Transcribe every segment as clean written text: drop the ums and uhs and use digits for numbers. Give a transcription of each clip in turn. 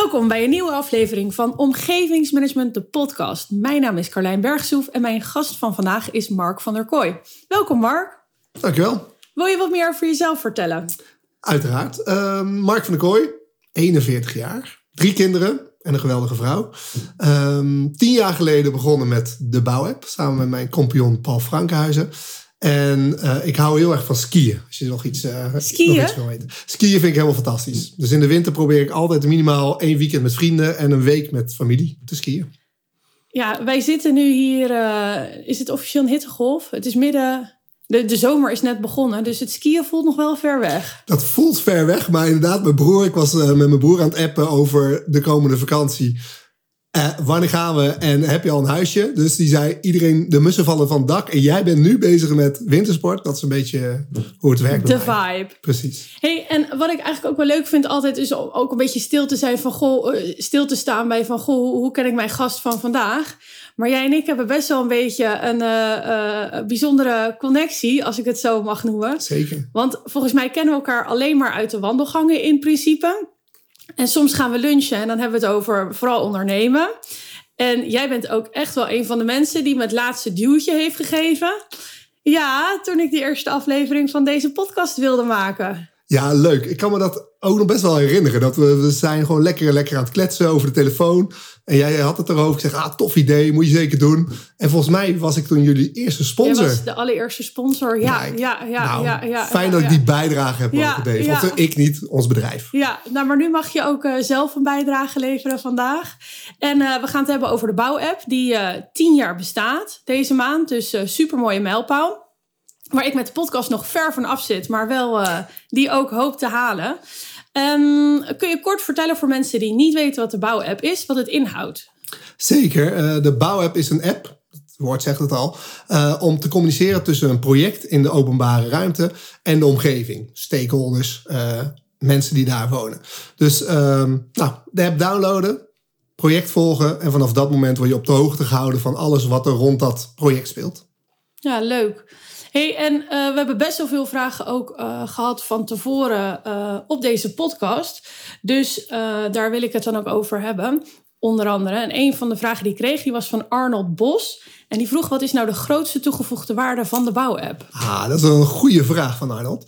Welkom bij een nieuwe aflevering van Omgevingsmanagement, de podcast. Mijn naam is Carlijn Bergsoef en mijn gast van vandaag is Mark van der Kooi. Welkom Mark. Dankjewel. Wil je wat meer over jezelf vertellen? Uiteraard. Mark van der Kooi, 41 jaar, 3 kinderen en een geweldige vrouw. 10 jaar geleden begonnen met de Bouwapp, samen met mijn compagnon Paul Frankenhuizen. En ik hou heel erg van skiën. Als je nog iets wil weten. Skiën vind ik helemaal fantastisch. Dus in de winter probeer ik altijd minimaal 1 weekend met vrienden en een week met familie te skiën. Ja, wij zitten nu hier. Is het officieel een hittegolf? Het is midden. De zomer is net begonnen, dus het skiën voelt nog wel ver weg. Dat voelt ver weg, maar inderdaad, ik was met mijn broer aan het appen over de komende vakantie. Wanneer gaan we en heb je al een huisje? Dus die zei, iedereen, de mussen vallen van het dak. En jij bent nu bezig met wintersport. Dat is een beetje hoe het werkt. De vibe. Precies. Hey, en wat ik eigenlijk ook wel leuk vind altijd, is ook een beetje stil te zijn van, stil te staan bij van, hoe ken ik mijn gast van vandaag? Maar jij en ik hebben best wel een beetje een bijzondere connectie, als ik het zo mag noemen. Zeker. Want volgens mij kennen we elkaar alleen maar uit de wandelgangen in principe. En soms gaan we lunchen en dan hebben we het over vooral ondernemen. En jij bent ook echt wel een van de mensen die me het laatste duwtje heeft gegeven. Ja, toen ik die eerste aflevering van deze podcast wilde maken. Ja, leuk. Ik kan me dat ook nog best wel herinneren. Dat we zijn gewoon lekker aan het kletsen over de telefoon. En jij had het erover. Ik zeg, tof idee, moet je zeker doen. En volgens mij was ik toen jullie eerste sponsor. Jij was de allereerste sponsor. Ja. Fijn dat ik die bijdrage heb mogen leveren. Ja. Of ik niet, ons bedrijf. Ja, nou, maar nu mag je ook zelf een bijdrage leveren vandaag. En we gaan het hebben over de Bouwapp. Die 10 jaar bestaat deze maand. Dus supermooie mijlpaal. Waar ik met de podcast nog ver van af zit. Maar wel die ook hoop te halen. Kun je kort vertellen voor mensen die niet weten wat de Bouwapp is, wat het inhoudt? Zeker. De Bouwapp is een app, het woord zegt het al, om te communiceren tussen een project in de openbare ruimte en de omgeving. Stakeholders, mensen die daar wonen. Dus de app downloaden, project volgen en vanaf dat moment word je op de hoogte gehouden van alles wat er rond dat project speelt. Ja, leuk. Hey, en we hebben best wel veel vragen ook gehad van tevoren op deze podcast. Dus daar wil ik het dan ook over hebben. Onder andere. En een van de vragen die ik kreeg, die was van Arnold Bos. En die vroeg, wat is nou de grootste toegevoegde waarde van de Bouwapp? Dat is een goede vraag van Arnold.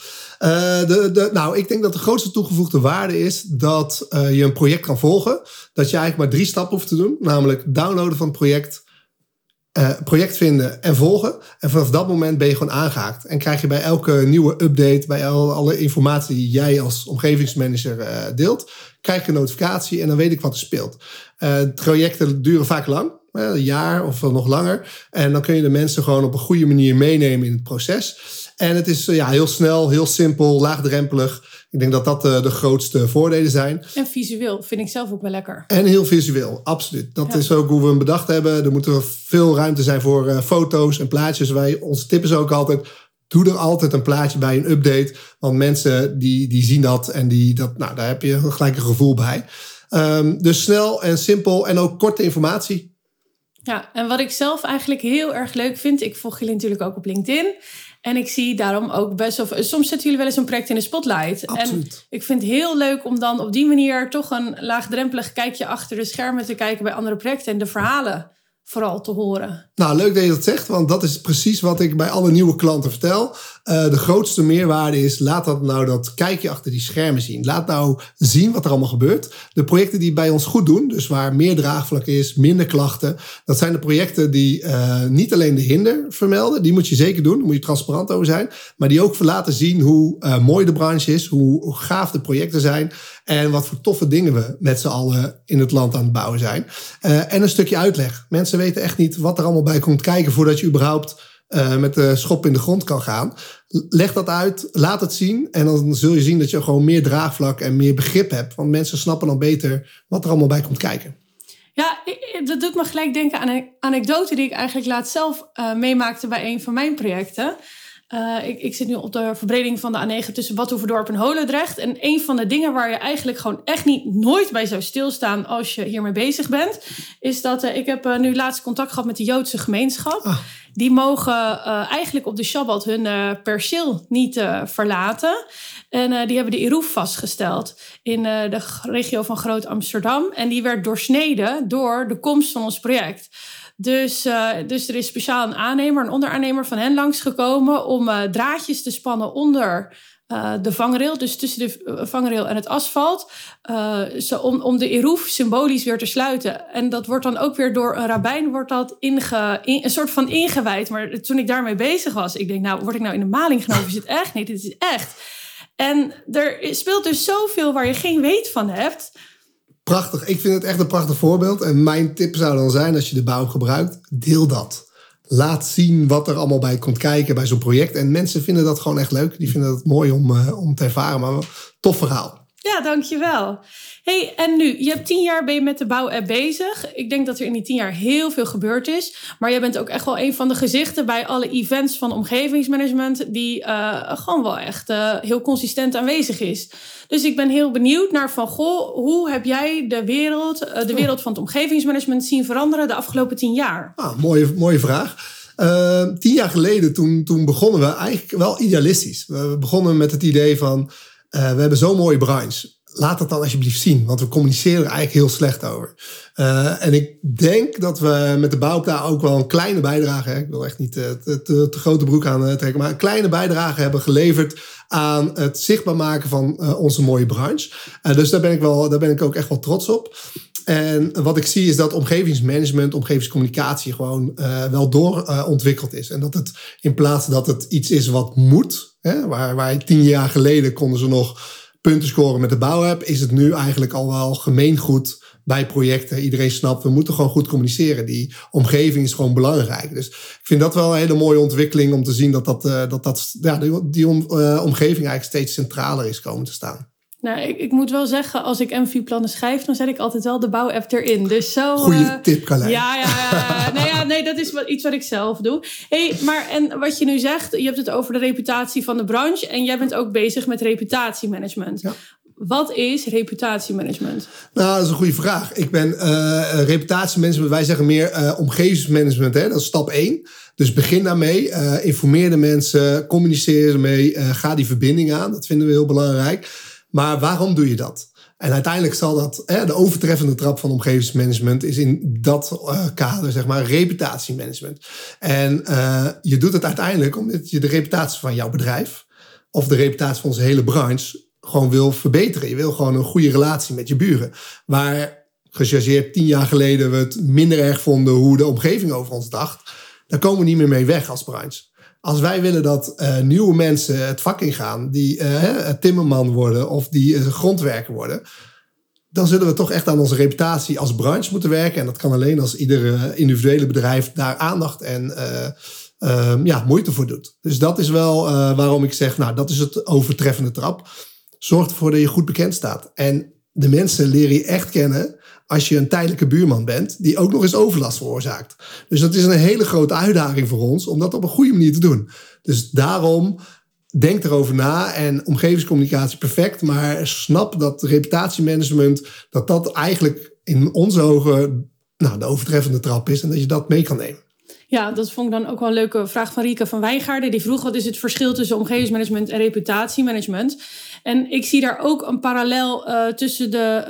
Ik denk dat de grootste toegevoegde waarde is dat je een project kan volgen. Dat je eigenlijk maar 3 stappen hoeft te doen. Namelijk downloaden van het project vinden en volgen. En vanaf dat moment ben je gewoon aangehaakt. En krijg je bij elke nieuwe update, bij alle informatie die jij als omgevingsmanager deelt, krijg je een notificatie en dan weet ik wat er speelt. Trajecten duren vaak lang, een jaar of nog langer. En dan kun je de mensen gewoon op een goede manier meenemen in het proces. En het is heel snel, heel simpel, laagdrempelig. Ik denk dat dat de grootste voordelen zijn. En visueel vind ik zelf ook wel lekker. En heel visueel, absoluut. Dat is ook hoe we hem bedacht hebben. Er moet veel ruimte zijn voor foto's en plaatjes. Onze tip is ook altijd, doe er altijd een plaatje bij een update. Want mensen die zien dat en daar heb je gelijk een gevoel bij. Dus snel en simpel en ook korte informatie. Ja, en wat ik zelf eigenlijk heel erg leuk vind, ik volg jullie natuurlijk ook op LinkedIn. En ik zie daarom ook best wel. Soms zetten jullie wel eens een project in de spotlight. Absoluut. En ik vind het heel leuk om dan op die manier toch een laagdrempelig kijkje achter de schermen te kijken bij andere projecten en de verhalen vooral te horen. Nou, leuk dat je dat zegt, want dat is precies wat ik bij alle nieuwe klanten vertel. De grootste meerwaarde is, laat dat kijkje achter die schermen zien. Laat nou zien wat er allemaal gebeurt. De projecten die bij ons goed doen, dus waar meer draagvlak is, minder klachten, dat zijn de projecten die niet alleen de hinder vermelden, die moet je zeker doen, daar moet je transparant over zijn, maar die ook laten zien hoe mooi de branche is, hoe gaaf de projecten zijn en wat voor toffe dingen we met z'n allen in het land aan het bouwen zijn. En een stukje uitleg. Mensen weten echt niet wat er allemaal bij komt kijken voordat je überhaupt met de schop in de grond kan gaan. Leg dat uit, laat het zien en dan zul je zien dat je gewoon meer draagvlak en meer begrip hebt. Want mensen snappen dan beter wat er allemaal bij komt kijken. Ja, dat doet me gelijk denken aan een anekdote die ik eigenlijk laatst zelf meemaakte bij een van mijn projecten. Ik zit nu op de verbreding van de A9 tussen Bad Hoeverdorp en Holendrecht. En een van de dingen waar je eigenlijk gewoon echt nooit bij zou stilstaan als je hiermee bezig bent, is dat ik heb nu laatst contact gehad met de Joodse gemeenschap. Die mogen eigenlijk op de Shabbat hun perceel niet verlaten. En die hebben de Eruv vastgesteld in de regio van Groot Amsterdam. En die werd doorsneden door de komst van ons project. Dus er is speciaal een onderaannemer van hen langsgekomen om draadjes te spannen onder de vangrail. Dus tussen de vangrail en het asfalt. Om de Eruv symbolisch weer te sluiten. En dat wordt dan ook weer door een rabbijn een soort van ingewijd. Maar toen ik daarmee bezig was, ik denk, nou, word ik nou in de maling genomen? Is het echt? Nee, dit is echt. En er speelt dus zoveel waar je geen weet van hebt. Prachtig. Ik vind het echt een prachtig voorbeeld. En mijn tip zou dan zijn, als je de bouw gebruikt, deel dat. Laat zien wat er allemaal bij komt kijken bij zo'n project. En mensen vinden dat gewoon echt leuk. Die vinden het mooi om te ervaren. Maar tof verhaal. Ja, dankjewel. Hey, en nu, je hebt 10 jaar ben je met de bouw-app bezig. Ik denk dat er in die 10 jaar heel veel gebeurd is. Maar jij bent ook echt wel een van de gezichten bij alle events van omgevingsmanagement die gewoon wel echt heel consistent aanwezig is. Dus ik ben heel benieuwd naar van, hoe heb jij de wereld van het omgevingsmanagement zien veranderen de afgelopen 10 jaar? Mooie vraag. 10 jaar geleden, toen begonnen we eigenlijk wel idealistisch. We begonnen met het idee van, we hebben zo'n mooie branche. Laat dat dan alsjeblieft zien, want we communiceren er eigenlijk heel slecht over. En ik denk dat we met de bouw daar ook wel een kleine bijdrage, ik wil echt niet te grote broek aan trekken, maar een kleine bijdrage hebben geleverd aan het zichtbaar maken van onze mooie branche. Dus daar ben ik ook echt wel trots op. En wat ik zie is dat omgevingsmanagement, omgevingscommunicatie gewoon wel doorontwikkeld is. En dat het in plaats dat het iets is wat moet, waar 10 jaar geleden konden ze nog punten scoren met de bouwapp, is het nu eigenlijk al wel gemeengoed bij projecten. Iedereen snapt, we moeten gewoon goed communiceren. Die omgeving is gewoon belangrijk. Dus ik vind dat wel een hele mooie ontwikkeling om te zien die omgeving eigenlijk steeds centraler is komen te staan. Nou, ik moet wel zeggen, als ik MV-plannen schrijf, dan zet ik altijd wel de bouwapp erin. Dus zo. Goeie tip, Carlijn. Nee, dat is iets wat ik zelf doe. Hey, maar en wat je nu zegt, je hebt het over de reputatie van de branche en jij bent ook bezig met reputatiemanagement. Ja. Wat is reputatiemanagement? Nou, dat is een goede vraag. Ik ben reputatiemanagement, wij zeggen meer omgevingsmanagement. Dat is stap 1. Dus begin daarmee. Informeer de mensen, communiceer ermee, ga die verbinding aan. Dat vinden we heel belangrijk. Maar waarom doe je dat? En uiteindelijk zal dat, de overtreffende trap van omgevingsmanagement is in dat kader, zeg maar, reputatiemanagement. En je doet het uiteindelijk omdat je de reputatie van jouw bedrijf of de reputatie van onze hele branche gewoon wil verbeteren. Je wil gewoon een goede relatie met je buren. Waar gechargeerd 10 jaar geleden we het minder erg vonden hoe de omgeving over ons dacht, daar komen we niet meer mee weg als branche. Als wij willen dat nieuwe mensen het vak ingaan, die timmerman worden of die grondwerker worden, dan zullen we toch echt aan onze reputatie als branche moeten werken. En dat kan alleen als ieder individuele bedrijf daar aandacht en moeite voor doet. Dus dat is wel waarom ik zeg, nou, dat is het overtreffende trap. Zorg ervoor dat je goed bekend staat. En de mensen leren je echt kennen als je een tijdelijke buurman bent die ook nog eens overlast veroorzaakt. Dus dat is een hele grote uitdaging voor ons om dat op een goede manier te doen. Dus daarom denk erover na en omgevingscommunicatie perfect, maar snap dat reputatiemanagement, dat eigenlijk in onze ogen de overtreffende trap is en dat je dat mee kan nemen. Ja, dat vond ik dan ook wel een leuke vraag van Rieke van Wijngaarden. Die vroeg, wat is het verschil tussen omgevingsmanagement en reputatiemanagement? En ik zie daar ook een parallel tussen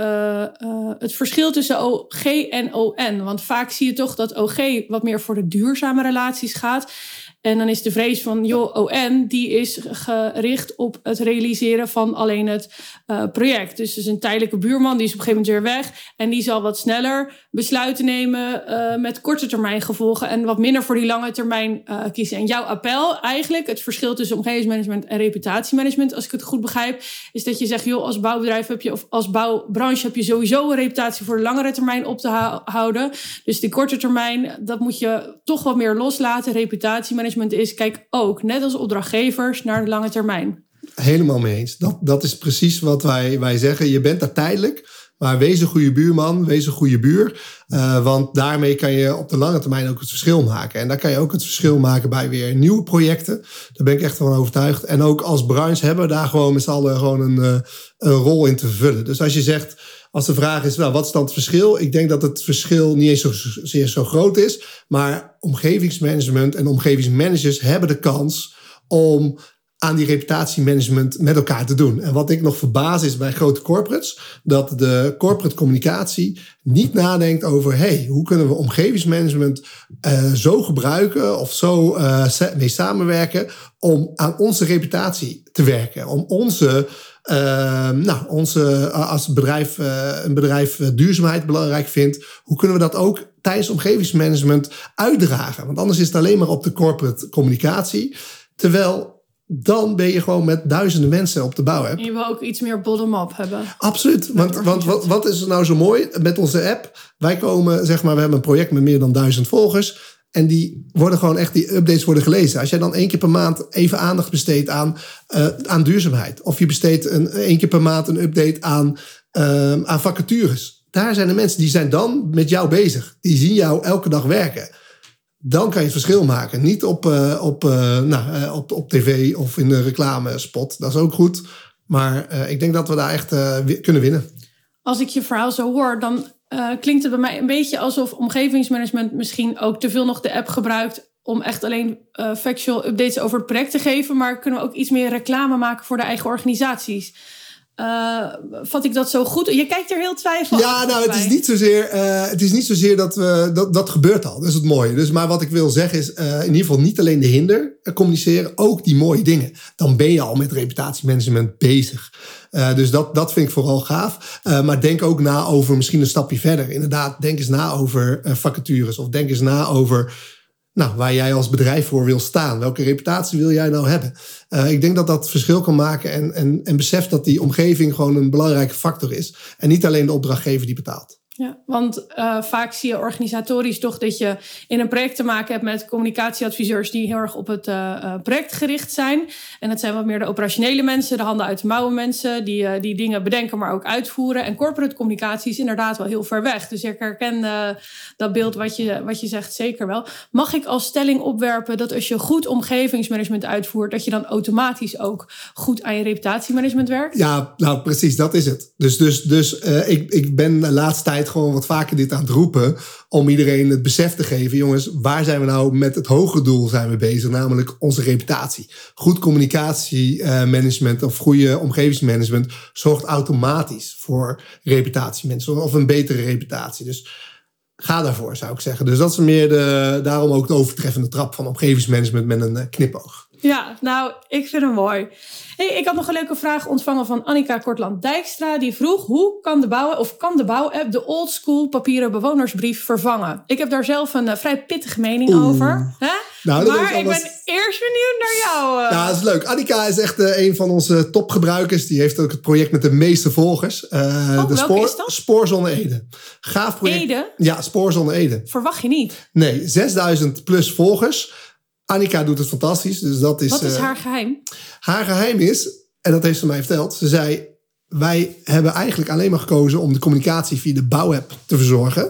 het verschil tussen OG en ON. Want vaak zie je toch dat OG wat meer voor de duurzame relaties gaat. En dan is de vrees van, ON, die is gericht op het realiseren van alleen het project. Dus een tijdelijke buurman, die is op een gegeven moment weer weg. En die zal wat sneller besluiten nemen met korte termijn gevolgen. En wat minder voor die lange termijn kiezen. En jouw appel eigenlijk, het verschil tussen omgevingsmanagement en reputatiemanagement, als ik het goed begrijp, is dat je zegt, als bouwbedrijf heb je, of als bouwbranche heb je sowieso een reputatie voor de langere termijn op te houden. Dus die korte termijn, dat moet je toch wat meer loslaten. Reputatiemanagement is, kijk ook, net als opdrachtgevers, naar de lange termijn. Helemaal mee eens. Dat is precies wat wij zeggen. Je bent daar tijdelijk, Maar wees een goede buurman, wees een goede buur. Want daarmee kan je op de lange termijn ook het verschil maken. En daar kan je ook het verschil maken bij weer nieuwe projecten. Daar ben ik echt van overtuigd. En ook als branche hebben we daar gewoon met z'n allen gewoon een rol in te vervullen. Dus als je zegt, als de vraag is, wat is dan het verschil? Ik denk dat het verschil niet eens zozeer zo groot is. Maar omgevingsmanagement en omgevingsmanagers hebben de kans om aan die reputatiemanagement met elkaar te doen. En wat ik nog verbaas is bij grote corporates, dat de corporate communicatie niet nadenkt over, hoe kunnen we omgevingsmanagement zo gebruiken of zo mee samenwerken om aan onze reputatie te werken. Om onze als een bedrijf duurzaamheid belangrijk vindt, hoe kunnen we dat ook tijdens omgevingsmanagement uitdragen? Want anders is het alleen maar op de corporate communicatie. Terwijl dan ben je gewoon met duizenden mensen op de bouw. En je wil ook iets meer bottom-up hebben. Absoluut. Want wat is er nou zo mooi met onze app? Wij komen, we hebben een project met meer dan 1000 volgers. En die updates worden gelezen. Als jij dan 1 keer per maand even aandacht besteedt aan duurzaamheid. Of je besteedt 1 keer per maand een update aan vacatures. Daar zijn de mensen die zijn dan met jou bezig. Die zien jou elke dag werken. Dan kan je het verschil maken. Niet op tv of in de reclamespot. Dat is ook goed. Maar ik denk dat we daar echt kunnen winnen. Als ik je verhaal zo hoor, dan klinkt het bij mij een beetje alsof omgevingsmanagement misschien ook te veel nog de app gebruikt om echt alleen factual updates over het project te geven. Maar kunnen we ook iets meer reclame maken voor de eigen organisaties? Vat ik dat zo goed? Je kijkt er heel twijfelachtig Ja, nou, het is niet zozeer dat we... Dat gebeurt al, dat is het mooie. Dus, maar wat ik wil zeggen is in ieder geval niet alleen de hinder communiceren, ook die mooie dingen. Dan ben je al met reputatiemanagement bezig. Dus dat vind ik vooral gaaf. Maar denk ook na over misschien een stapje verder. Inderdaad, denk eens na over vacatures. Of denk eens na over waar jij als bedrijf voor wil staan. Welke reputatie wil jij nou hebben? Ik denk dat dat verschil kan maken. En besef dat die omgeving gewoon een belangrijke factor is. En niet alleen de opdrachtgever die betaalt. Ja, want vaak zie je organisatorisch toch dat je in een project te maken hebt met communicatieadviseurs die heel erg op het project gericht zijn. En dat zijn wat meer de operationele mensen, de handen uit de mouwen mensen die dingen bedenken maar ook uitvoeren. En corporate communicatie is inderdaad wel heel ver weg. Dus ik herken dat beeld wat je zegt zeker wel. Mag ik als stelling opwerpen dat als je goed omgevingsmanagement uitvoert, dat je dan automatisch ook goed aan je reputatiemanagement werkt? Ja, nou precies, dat is het. Dus ik ben de laatste tijd gewoon wat vaker dit aan het roepen om iedereen het besef te geven. Jongens, waar zijn we nou met het hogere doel zijn we bezig? Namelijk onze reputatie. Goed communicatiemanagement of goede omgevingsmanagement zorgt automatisch voor reputatiemanagement of een betere reputatie. Dus ga daarvoor, zou ik zeggen. Dus dat is meer daarom ook de overtreffende trap van omgevingsmanagement met een knipoog. Ja, nou, ik vind hem mooi. Hey, ik had nog een leuke vraag ontvangen van Annika Kortland-Dijkstra. Die vroeg, hoe kan de bouwapp de oldschool papieren bewonersbrief vervangen? Ik heb daar zelf een vrij pittige mening over. Hè? Nou, maar ik ben eerst benieuwd naar jou. Ja, dat is leuk. Annika is echt een van onze topgebruikers. Die heeft ook het project met de meeste volgers. Welke is dat? Spoorzone Ede. Gaaf project. Ede? Ja, Spoorzone Ede. Verwacht je niet? Nee, 6000 plus volgers. Annika doet het fantastisch. Dus dat is, wat is haar geheim? Haar geheim is, en dat heeft ze mij verteld. Ze zei, wij hebben eigenlijk alleen maar gekozen om de communicatie via de bouwapp te verzorgen.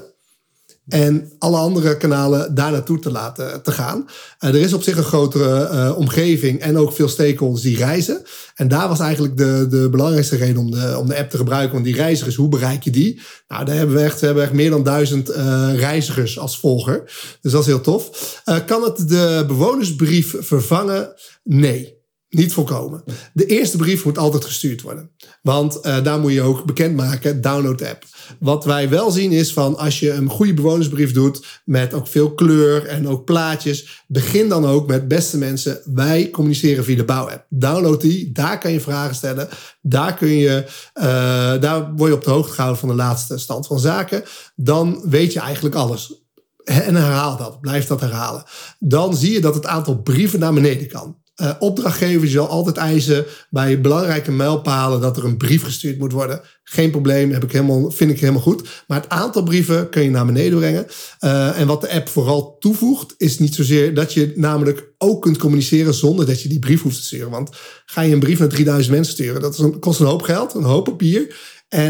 En alle andere kanalen daar naartoe te gaan. Er is op zich een grotere omgeving en ook veel stakeholders die reizen. En daar was eigenlijk de belangrijkste reden om de app te gebruiken. Want die reizigers, hoe bereik je die? Nou, daar hebben we echt meer dan 1000 reizigers als volger. Dus dat is heel tof. Kan het de bewonersbrief vervangen? Nee. Niet volkomen. De eerste brief moet altijd gestuurd worden. Want daar moet je ook bekendmaken, download de app. Wat wij wel zien is van als je een goede bewonersbrief doet met ook veel kleur en ook plaatjes, begin dan ook met beste mensen, wij communiceren via de bouwapp. Download die, daar kan je vragen stellen. Daar word je op de hoogte gehouden van de laatste stand van zaken. Dan weet je eigenlijk alles. En herhaal dat, blijf dat herhalen. Dan zie je dat het aantal brieven naar beneden kan. Opdrachtgevers zal altijd eisen bij belangrijke mijlpalen dat er een brief gestuurd moet worden. Geen probleem, vind ik helemaal goed. Maar het aantal brieven kun je naar beneden brengen. En wat de app vooral toevoegt, is niet zozeer dat je namelijk ook kunt communiceren zonder dat je die brief hoeft te sturen. Want ga je een brief naar 3000 mensen sturen, dat kost een hoop geld, een hoop papier. En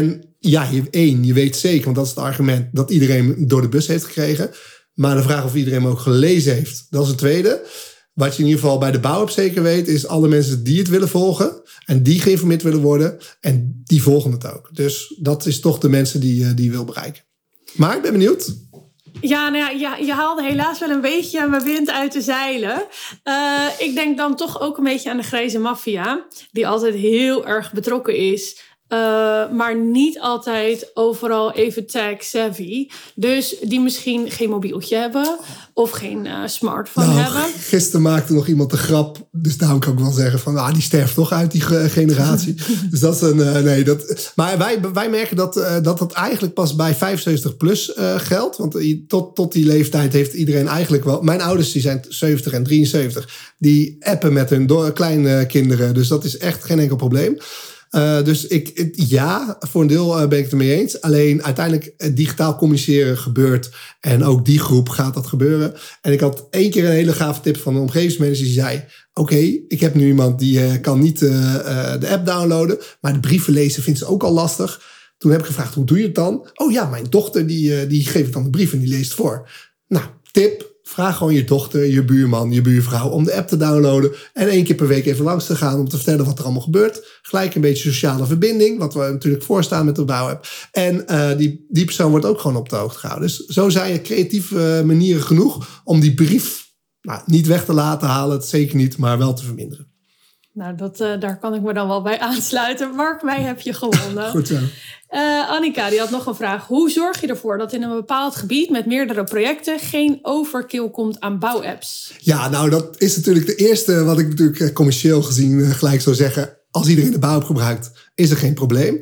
ja, je weet zeker, want dat is het argument, dat iedereen door de bus heeft gekregen. Maar de vraag of iedereen hem ook gelezen heeft, dat is het tweede. Wat je in ieder geval bij de bouw-app zeker weet, is alle mensen die het willen volgen en die geïnformeerd willen worden en die volgen het ook. Dus dat is toch de mensen die je wil bereiken. Maar ik ben benieuwd. Ja, nou ja, je haalde helaas wel een beetje mijn wind uit de zeilen. Ik denk dan toch ook een beetje aan de grijze maffia, die altijd heel erg betrokken is. Maar niet altijd overal even tech-savvy. Dus die misschien geen mobieltje hebben of geen smartphone hebben. Gisteren maakte nog iemand de grap, dus daarom kan ik wel zeggen van, die sterft toch uit die generatie. Dus dat is een, maar wij merken dat eigenlijk pas bij 75 plus geldt. Want tot die leeftijd heeft iedereen eigenlijk wel. Mijn ouders die zijn 70 en 73, die appen met hun kleine kinderen. Dus dat is echt geen enkel probleem. Dus voor een deel ben ik het ermee eens. Alleen uiteindelijk digitaal communiceren gebeurt. En ook die groep gaat dat gebeuren. En ik had 1 keer een hele gave tip van een omgevingsmanager die zei, oké, ik heb nu iemand die kan niet de app downloaden. Maar de brieven lezen vindt ze ook al lastig. Toen heb ik gevraagd, hoe doe je het dan? Oh ja, mijn dochter die geeft dan de brief en die leest voor. Nou, tip. Vraag gewoon je dochter, je buurman, je buurvrouw om de app te downloaden. En 1 keer per week even langs te gaan om te vertellen wat er allemaal gebeurt. Gelijk een beetje sociale verbinding, wat we natuurlijk voorstaan met de bouwapp. En die persoon wordt ook gewoon op de hoogte gehouden. Dus zo zijn er creatieve manieren genoeg om die brief niet weg te laten halen. Het zeker niet, maar wel te verminderen. Nou, daar kan ik me dan wel bij aansluiten. Mark, mij heb je gewonnen. Goed zo. Annika, die had nog een vraag. Hoe zorg je ervoor dat in een bepaald gebied met meerdere projecten geen overkill komt aan bouwapps? Ja, nou dat is natuurlijk de eerste wat ik natuurlijk commercieel gezien gelijk zou zeggen. Als iedereen de bouwapp gebruikt, is er geen probleem.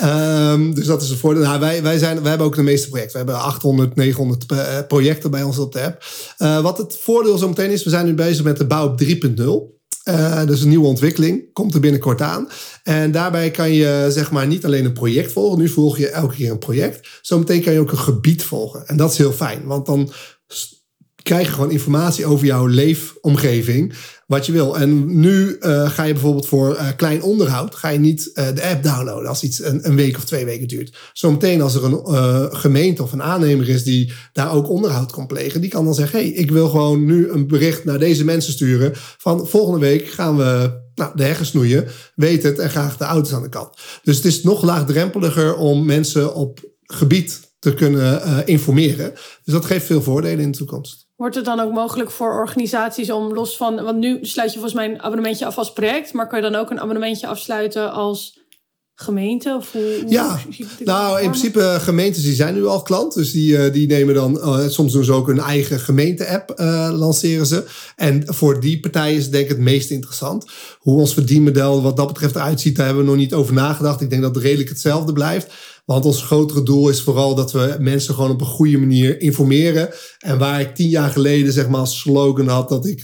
Dus dat is een voordeel. Nou, wij hebben ook de meeste projecten. We hebben 800, 900 projecten bij ons op de app. Wat het voordeel zo meteen is, we zijn nu bezig met de bouwapp 3.0. Dus een nieuwe ontwikkeling, komt er binnenkort aan. En daarbij kan je zeg maar niet alleen een project volgen. Nu volg je elke keer een project. Zometeen kan je ook een gebied volgen. En dat is heel fijn, want dan krijg je gewoon informatie over jouw leefomgeving, wat je wil. En nu ga je bijvoorbeeld voor klein onderhoud, ga je niet de app downloaden als iets een week of 2 weken duurt. Zometeen als er een gemeente of een aannemer is die daar ook onderhoud kan plegen, die kan dan zeggen, hey, ik wil gewoon nu een bericht naar deze mensen sturen van volgende week gaan we de heggen snoeien, weet het en graag de auto's aan de kant. Dus het is nog laagdrempeliger om mensen op gebied te kunnen informeren. Dus dat geeft veel voordelen in de toekomst. Wordt het dan ook mogelijk voor organisaties om los van, want nu sluit je volgens mij een abonnementje af als project, maar kan je dan ook een abonnementje afsluiten als gemeente? Of in principe gemeentes die zijn nu al klant. Dus die nemen dan, soms doen ze ook hun eigen gemeente-app, lanceren ze. En voor die partijen is het denk ik het meest interessant. Hoe ons verdienmodel wat dat betreft eruit ziet, daar hebben we nog niet over nagedacht. Ik denk dat het redelijk hetzelfde blijft. Want ons grotere doel is vooral dat we mensen gewoon op een goede manier informeren. En waar ik 10 jaar geleden zeg maar als slogan had dat ik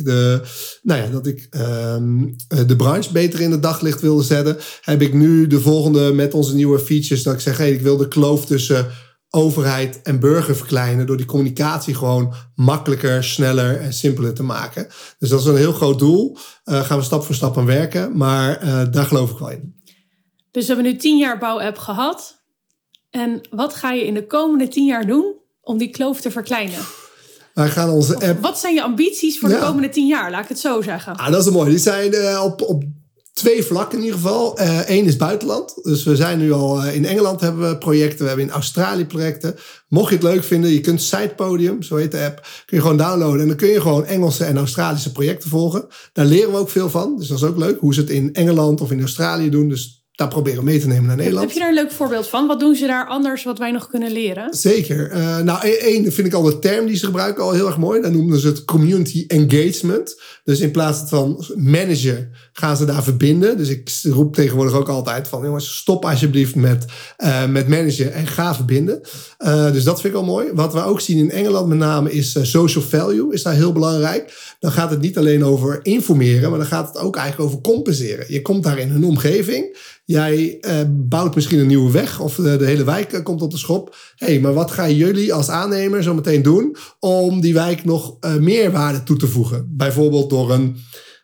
de branche beter in het daglicht wilde zetten, heb ik nu de volgende met onze nieuwe features dat ik zeg, hey, ik wil de kloof tussen overheid en burger verkleinen door die communicatie gewoon makkelijker, sneller en simpeler te maken. Dus dat is een heel groot doel. Gaan we stap voor stap aan werken, maar daar geloof ik wel in. Dus we hebben nu 10 jaar bouwapp gehad. En wat ga je in de komende 10 jaar doen om die kloof te verkleinen? Wij gaan onze app. Wat zijn je ambities voor de komende 10 jaar? Laat ik het zo zeggen. Dat is mooi. Die zijn op 2 vlakken in ieder geval. 1 is buitenland. Dus we zijn nu al in Engeland hebben we projecten. We hebben in Australië projecten. Mocht je het leuk vinden, je kunt Sidepodium, zo heet de app, kun je gewoon downloaden. En dan kun je gewoon Engelse en Australische projecten volgen. Daar leren we ook veel van. Dus dat is ook leuk hoe ze het in Engeland of in Australië doen. Dus daar proberen we mee te nemen naar Nederland. Heb je daar een leuk voorbeeld van? Wat doen ze daar anders wat wij nog kunnen leren? Zeker. Eén vind ik al de term die ze gebruiken al heel erg mooi. Dan noemen ze het community engagement. Dus in plaats van managen gaan ze daar verbinden. Dus ik roep tegenwoordig ook altijd van, jongens, stop alsjeblieft met managen en ga verbinden. Dus dat vind ik al mooi. Wat we ook zien in Engeland met name is social value. Is daar heel belangrijk. Dan gaat het niet alleen over informeren, maar dan gaat het ook eigenlijk over compenseren. Je komt daar in hun omgeving. Jij bouwt misschien een nieuwe weg of de hele wijk komt op de schop. Hey, maar wat gaan jullie als aannemer zo meteen doen om die wijk nog meerwaarde toe te voegen? Bijvoorbeeld door een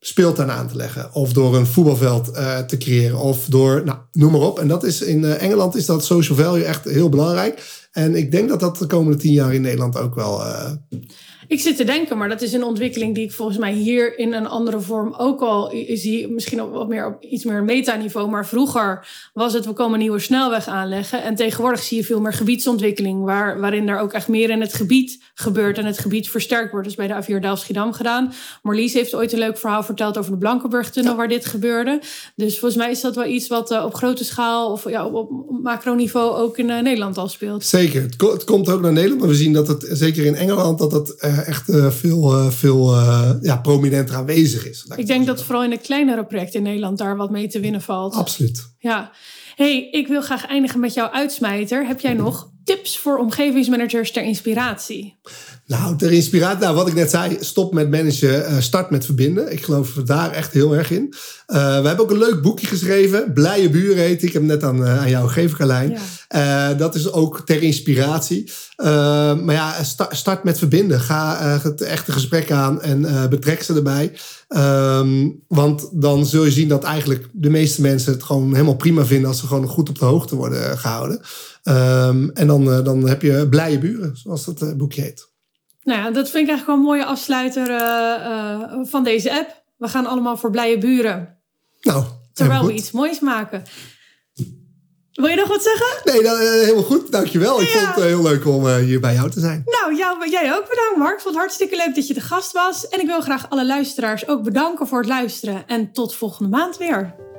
speeltuin aan te leggen. Of door een voetbalveld te creëren. Of door, noem maar op. En dat is in Engeland is dat social value echt heel belangrijk. En ik denk dat dat de komende 10 jaar in Nederland ook wel... Ik zit te denken, maar dat is een ontwikkeling die ik volgens mij hier in een andere vorm ook al zie. Misschien op iets meer metaniveau. Maar vroeger was het, we komen een nieuwe snelweg aanleggen. En tegenwoordig zie je veel meer gebiedsontwikkeling. Waarin er ook echt meer in het gebied gebeurt en het gebied versterkt wordt. Dus bij de A4 Delft-Schiedam gedaan. Marlies heeft ooit een leuk verhaal verteld over de Blankenburg-tunnel waar dit gebeurde. Dus volgens mij is dat wel iets wat op grote schaal of op macroniveau ook in Nederland al speelt. Zeker. Het komt ook naar Nederland. Maar we zien dat het, zeker in Engeland, dat het echt veel prominenter aanwezig is. Ik denk dat vooral in de kleinere projecten in Nederland daar wat mee te winnen valt. Absoluut. Ja. Hey, ik wil graag eindigen met jouw uitsmijter. Heb jij nog tips voor omgevingsmanagers ter inspiratie? Nou, ter inspiratie, wat ik net zei, stop met managen, start met verbinden. Ik geloof daar echt heel erg in. We hebben ook een leuk boekje geschreven, Blije Buren heet. Ik heb hem net aan jou gegeven, Carlijn. Ja. Dat is ook ter inspiratie. Maar ja, start met verbinden. Ga het echte gesprek aan en betrek ze erbij. Want dan zul je zien dat eigenlijk de meeste mensen het gewoon helemaal prima vinden als ze gewoon goed op de hoogte worden gehouden. En dan heb je blije buren, zoals dat boekje heet. Nou ja, dat vind ik eigenlijk wel een mooie afsluiter van deze app. We gaan allemaal voor blije buren. Nou, terwijl we iets moois maken. Wil je nog wat zeggen? Nee, helemaal goed. Dankjewel. Ik vond het heel leuk om hier bij jou te zijn. Nou, jij ook bedankt, Mark. Ik vond het hartstikke leuk dat je de gast was. En ik wil graag alle luisteraars ook bedanken voor het luisteren. En tot volgende maand weer.